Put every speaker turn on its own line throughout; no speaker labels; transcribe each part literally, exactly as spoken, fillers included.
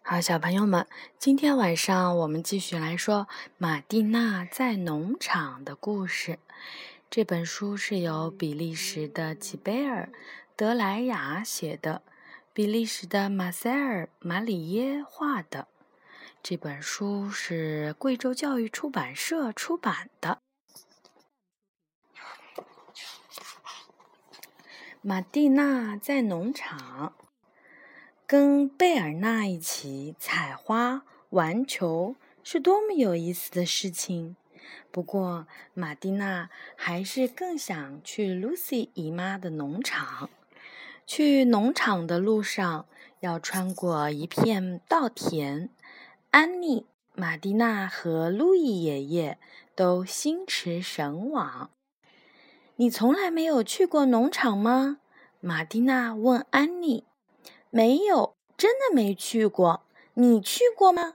好，小朋友们，今天晚上我们继续来说马蒂娜在农场的故事。这本书是由比利时的吉贝尔·德莱雅写的，比利时的马塞尔·马里耶画的。这本书是贵州教育出版社出版的。马蒂娜在农场。跟贝尔纳一起采花、玩球是多么有意思的事情。不过，马蒂娜还是更想去 Lucy 姨妈的农场。去农场的路上要穿过一片稻田，安妮、马蒂娜和路易爷爷都心驰神往。你从来没有去过农场吗？马蒂娜问安妮。没有，真的没去过。你去过吗？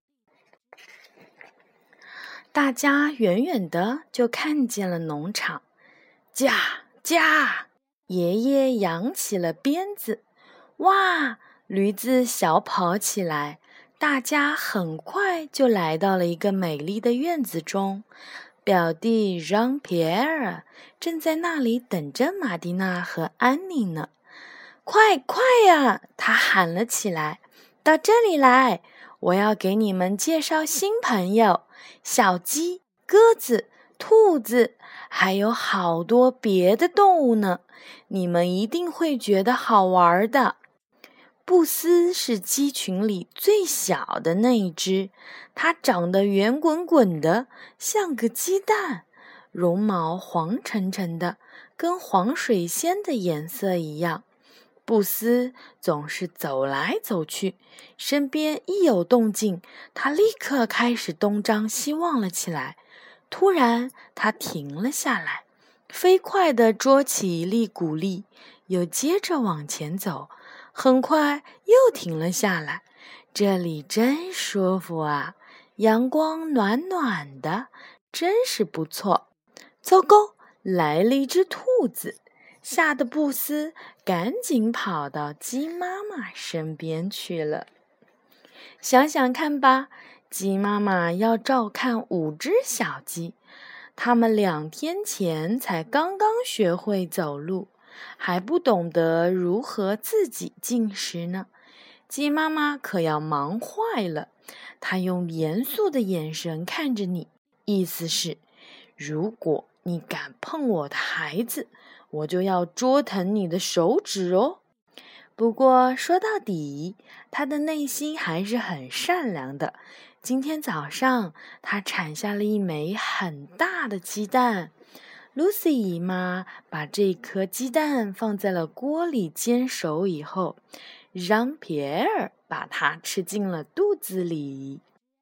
大家远远的就看见了农场。驾驾！爷爷扬起了鞭子。哇！驴子小跑起来。大家很快就来到了一个美丽的院子中。表弟让皮埃尔正在那里等着马蒂娜和安妮呢。快快呀！他喊了起来，到这里来，我要给你们介绍新朋友，小鸡、鸽子、兔子，还有好多别的动物呢，你们一定会觉得好玩的。布斯是鸡群里最小的那一只，它长得圆滚滚的，像个鸡蛋，绒毛黄澄澄的，跟黄水仙的颜色一样。布斯总是走来走去，身边一有动静，他立刻开始东张西望了起来。突然，他停了下来，飞快地捉起一粒谷粒，又接着往前走，很快又停了下来。这里真舒服啊，阳光暖暖的，真是不错。糟糕，来了一只兔子。吓得布斯赶紧跑到鸡妈妈身边去了。想想看吧，鸡妈妈要照看五只小鸡，它们两天前才刚刚学会走路，还不懂得如何自己进食呢。鸡妈妈可要忙坏了，她用严肃的眼神看着你，意思是，如果你敢碰我的孩子，我就要捉疼你的手指哦。不过说到底，他的内心还是很善良的。今天早上，他产下了一枚很大的鸡蛋。Lucy 姨妈把这颗鸡蛋放在了锅里煎熟以后，让皮埃尔把它吃进了肚子里。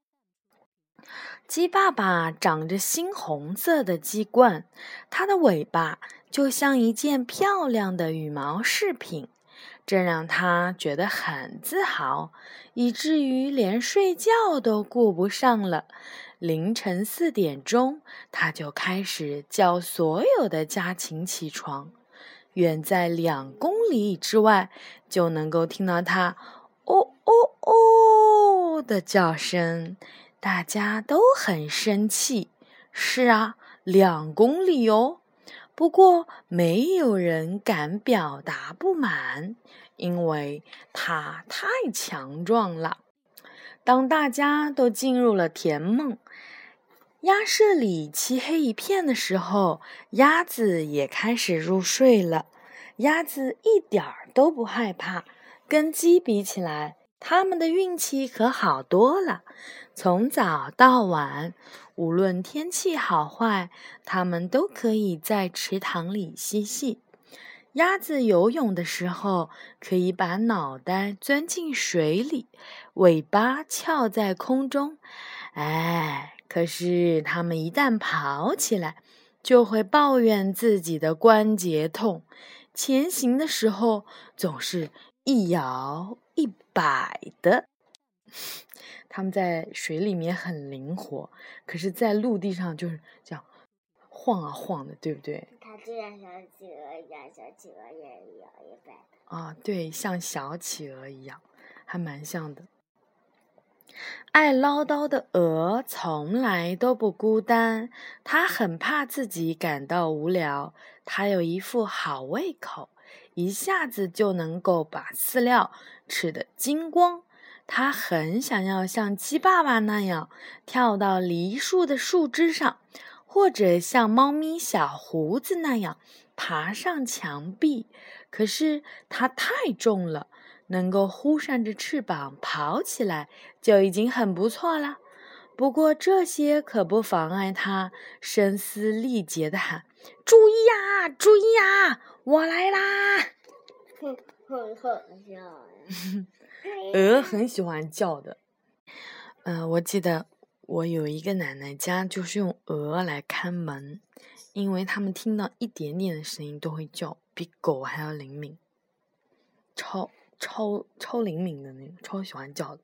鸡爸爸长着猩红色的鸡冠，它的尾巴就像一件漂亮的羽毛饰品，这让他觉得很自豪，以至于连睡觉都顾不上了。凌晨四点钟，他就开始叫所有的家禽起床，远在两公里之外，就能够听到它“哦哦哦”的叫声。大家都很生气，是啊，两公里哦。不过没有人敢表达不满，因为它太强壮了。当大家都进入了甜梦，鸭舍里漆黑一片的时候，鸭子也开始入睡了。鸭子一点儿都不害怕，跟鸡比起来，它们的运气可好多了。从早到晚，无论天气好坏，它们都可以在池塘里嬉戏。鸭子游泳的时候，可以把脑袋钻进水里，尾巴翘在空中。哎，可是它们一旦跑起来，就会抱怨自己的关节痛，前行的时候总是一摇一摆的。他们在水里面很灵活，可是在陆地上就是这样晃啊晃的，对不对？
它就像小企鹅一样，小企鹅也摇一摆。
啊，对，像小企鹅一样，还蛮像的。 爱唠叨的鹅从来都不孤单，它很怕自己感到无聊。它有一副好胃口，一下子就能够把饲料吃得精光。它很想要像鸡爸爸那样跳到梨树的树枝上，或者像猫咪小胡子那样爬上墙壁。可是它太重了，能够忽扇着翅膀跑起来就已经很不错了。不过这些可不妨碍它声嘶力竭地喊：注意呀，注意呀，我来啦！
哼哼哼笑呀！
鹅很喜欢叫的。呃，我记得我有一个奶奶家就是用鹅来看门，因为他们听到一点点的声音都会叫，比狗还要灵敏，超超超灵敏的那种，超喜欢叫的。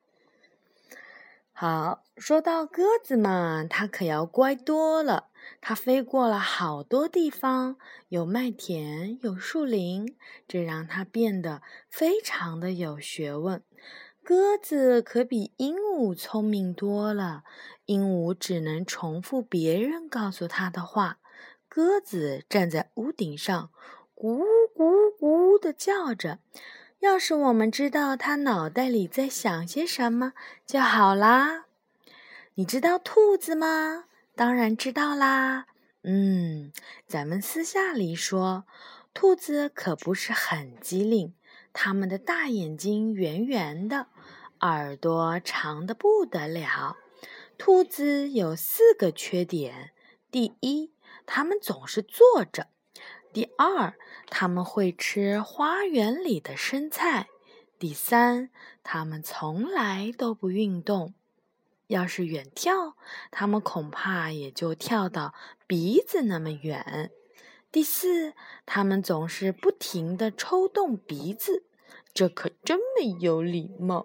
好，说到鸽子嘛，它可要乖多了。它飞过了好多地方，有麦田，有树林，这让它变得非常的有学问。鸽子可比鹦鹉聪明多了，鹦鹉只能重复别人告诉它的话，鸽子站在屋顶上，咕咕咕地叫着。要是我们知道它脑袋里在想些什么就好啦。你知道兔子吗？当然知道啦。嗯，咱们私下里说，兔子可不是很机灵，它们的大眼睛圆圆的，耳朵长得不得了。兔子有四个缺点：第一，它们总是坐着；第二，它们会吃花园里的生菜；第三，它们从来都不运动。要是远跳，它们恐怕也就跳到鼻子那么远。第四，它们总是不停地抽动鼻子，这可真没有礼貌。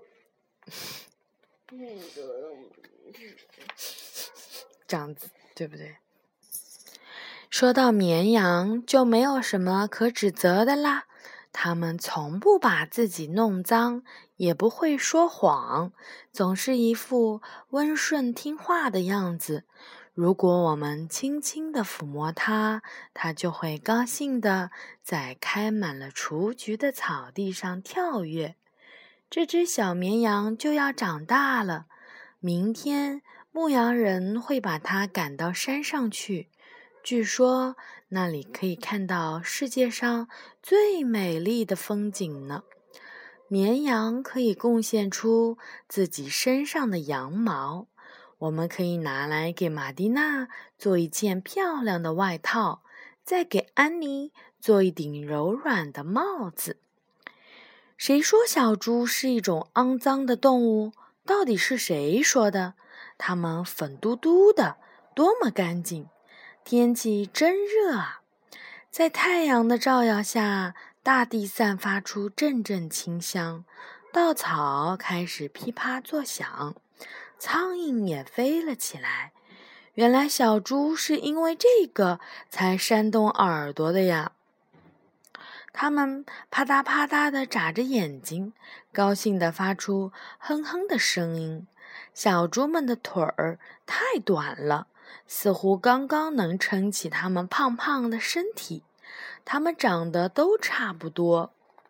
这样子，对不对？说到绵羊，就没有什么可指责的啦。他们从不把自己弄脏，也不会说谎，总是一副温顺听话的样子。如果我们轻轻地抚摸它，它就会高兴地在开满了雏菊的草地上跳跃。这只小绵羊就要长大了，明天牧羊人会把它赶到山上去。据说那里可以看到世界上最美丽的风景呢。绵羊可以贡献出自己身上的羊毛，我们可以拿来给玛蒂娜做一件漂亮的外套，再给安妮做一顶柔软的帽子。谁说小猪是一种肮脏的动物？到底是谁说的？它们粉嘟嘟的，多么干净！天气真热啊！在太阳的照耀下，大地散发出阵阵清香，稻草开始噼啪作响，苍蝇也飞了起来。原来小猪是因为这个才扇动耳朵的呀！它们啪嗒啪嗒地眨着眼睛，高兴地发出哼哼的声音。小猪们的腿儿太短了，似乎刚刚能撑起它们胖胖的身体。它们长得都差不多。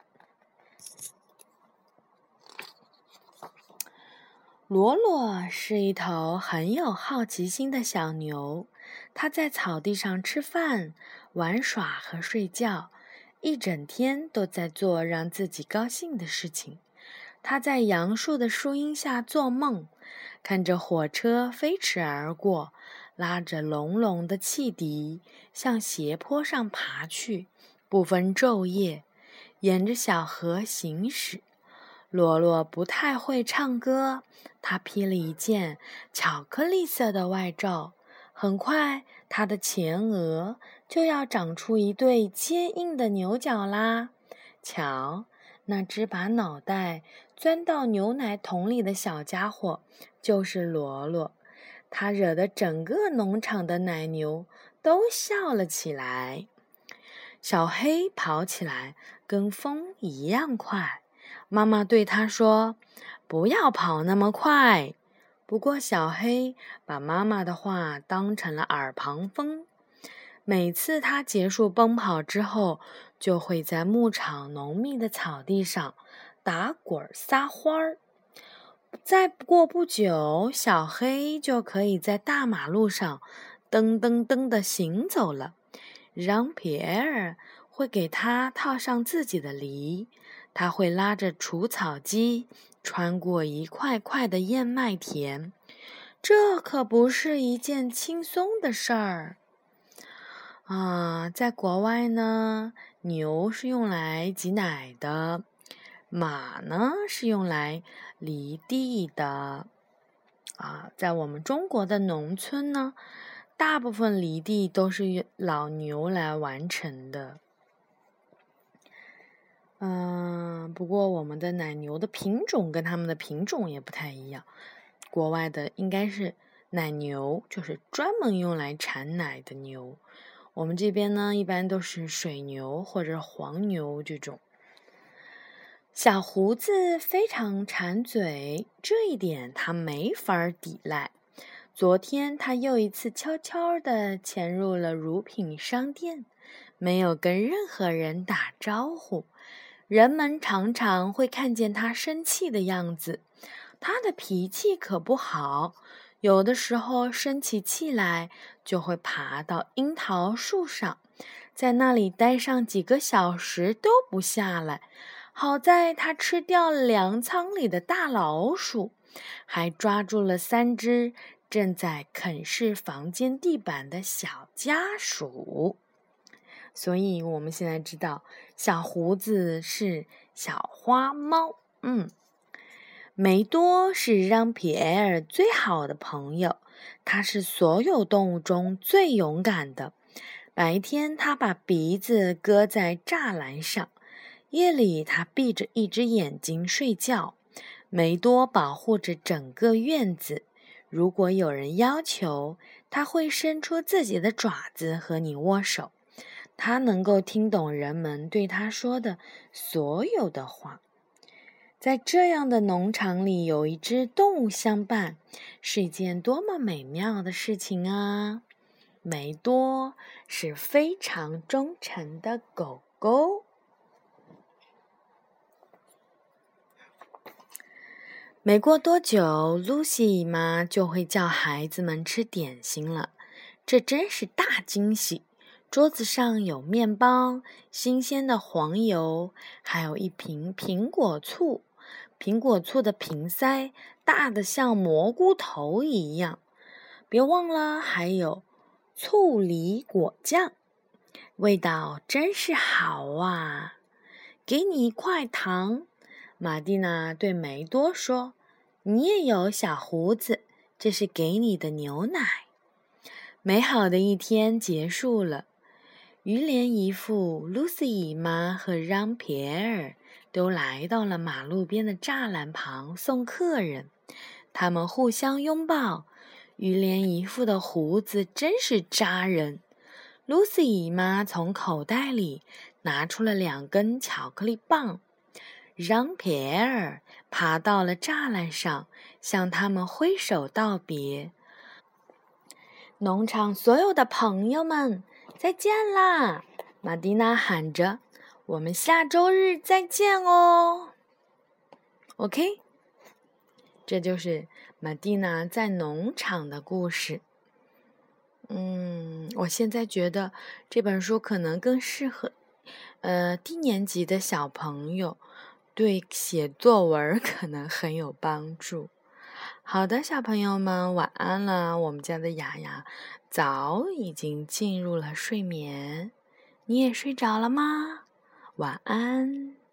罗罗是一头很有好奇心的小牛，它在草地上吃饭、玩耍和睡觉，一整天都在做让自己高兴的事情。它在杨树的树荫下做梦，看着火车飞驰而过，拉着隆隆的汽笛向斜坡上爬去，不分昼夜，沿着小河行驶。罗罗不太会唱歌，他披了一件巧克力色的外罩，很快他的前额就要长出一对坚硬的牛角啦。瞧，那只把脑袋钻到牛奶桶里的小家伙就是罗罗，他惹得整个农场的奶牛都笑了起来。小黑跑起来跟风一样快，妈妈对他说：“不要跑那么快。” 不过小黑把妈妈的话当成了耳旁风，每次他结束奔跑之后，就会在牧场浓密的草地上打滚撒欢儿。再过不久，小黑就可以在大马路上噔噔噔地行走了。让皮埃尔会给他套上自己的犁，他会拉着除草机穿过一块块的燕麦田，这可不是一件轻松的事儿啊！在国外呢，牛是用来挤奶的，马呢是用来犁地的啊。在我们中国的农村呢，大部分犁地都是老牛来完成的。嗯，不过我们的奶牛的品种跟他们的品种也不太一样。国外的应该是奶牛，就是专门用来产奶的牛。我们这边呢，一般都是水牛或者黄牛这种。小胡子非常馋嘴，这一点他没法抵赖。昨天他又一次悄悄地潜入了乳品商店，没有跟任何人打招呼。人们常常会看见他生气的样子，他的脾气可不好，有的时候生起气来就会爬到樱桃树上，在那里待上几个小时都不下来。好在他吃掉了粮仓里的大老鼠，还抓住了三只正在啃噬房间地板的小家鼠。所以我们现在知道小胡子是小花猫。嗯，梅多是让皮埃尔最好的朋友，他是所有动物中最勇敢的。白天他把鼻子搁在栅栏上，夜里他闭着一只眼睛睡觉。梅多保护着整个院子，如果有人要求，他会伸出自己的爪子和你握手。他能够听懂人们对他说的所有的话。在这样的农场里，有一只动物相伴，是一件多么美妙的事情啊！梅多是非常忠诚的狗狗。没过多久，露西姨妈就会叫孩子们吃点心了，这真是大惊喜。桌子上有面包、新鲜的黄油，还有一瓶苹果醋。苹果醋的瓶塞大得像蘑菇头一样。别忘了还有醋梨果酱，味道真是好啊！给你一块糖。玛蒂娜对梅多说，你也有小胡子，这是给你的牛奶。美好的一天结束了。于连姨父、露西姨妈和让皮埃尔都来到了马路边的栅栏旁送客人，他们互相拥抱。于连姨父的胡子真是扎人。露西姨妈从口袋里拿出了两根巧克力棒。让皮埃尔爬到了栅栏上，向他们挥手道别。农场所有的朋友们，再见啦！玛蒂娜喊着，我们下周日再见哦。OK， 这就是玛蒂娜在农场的故事。嗯，我现在觉得这本书可能更适合呃低年级的小朋友，对写作文可能很有帮助。好的，小朋友们，晚安了。我们家的雅雅早已经进入了睡眠，你也睡着了吗？晚安。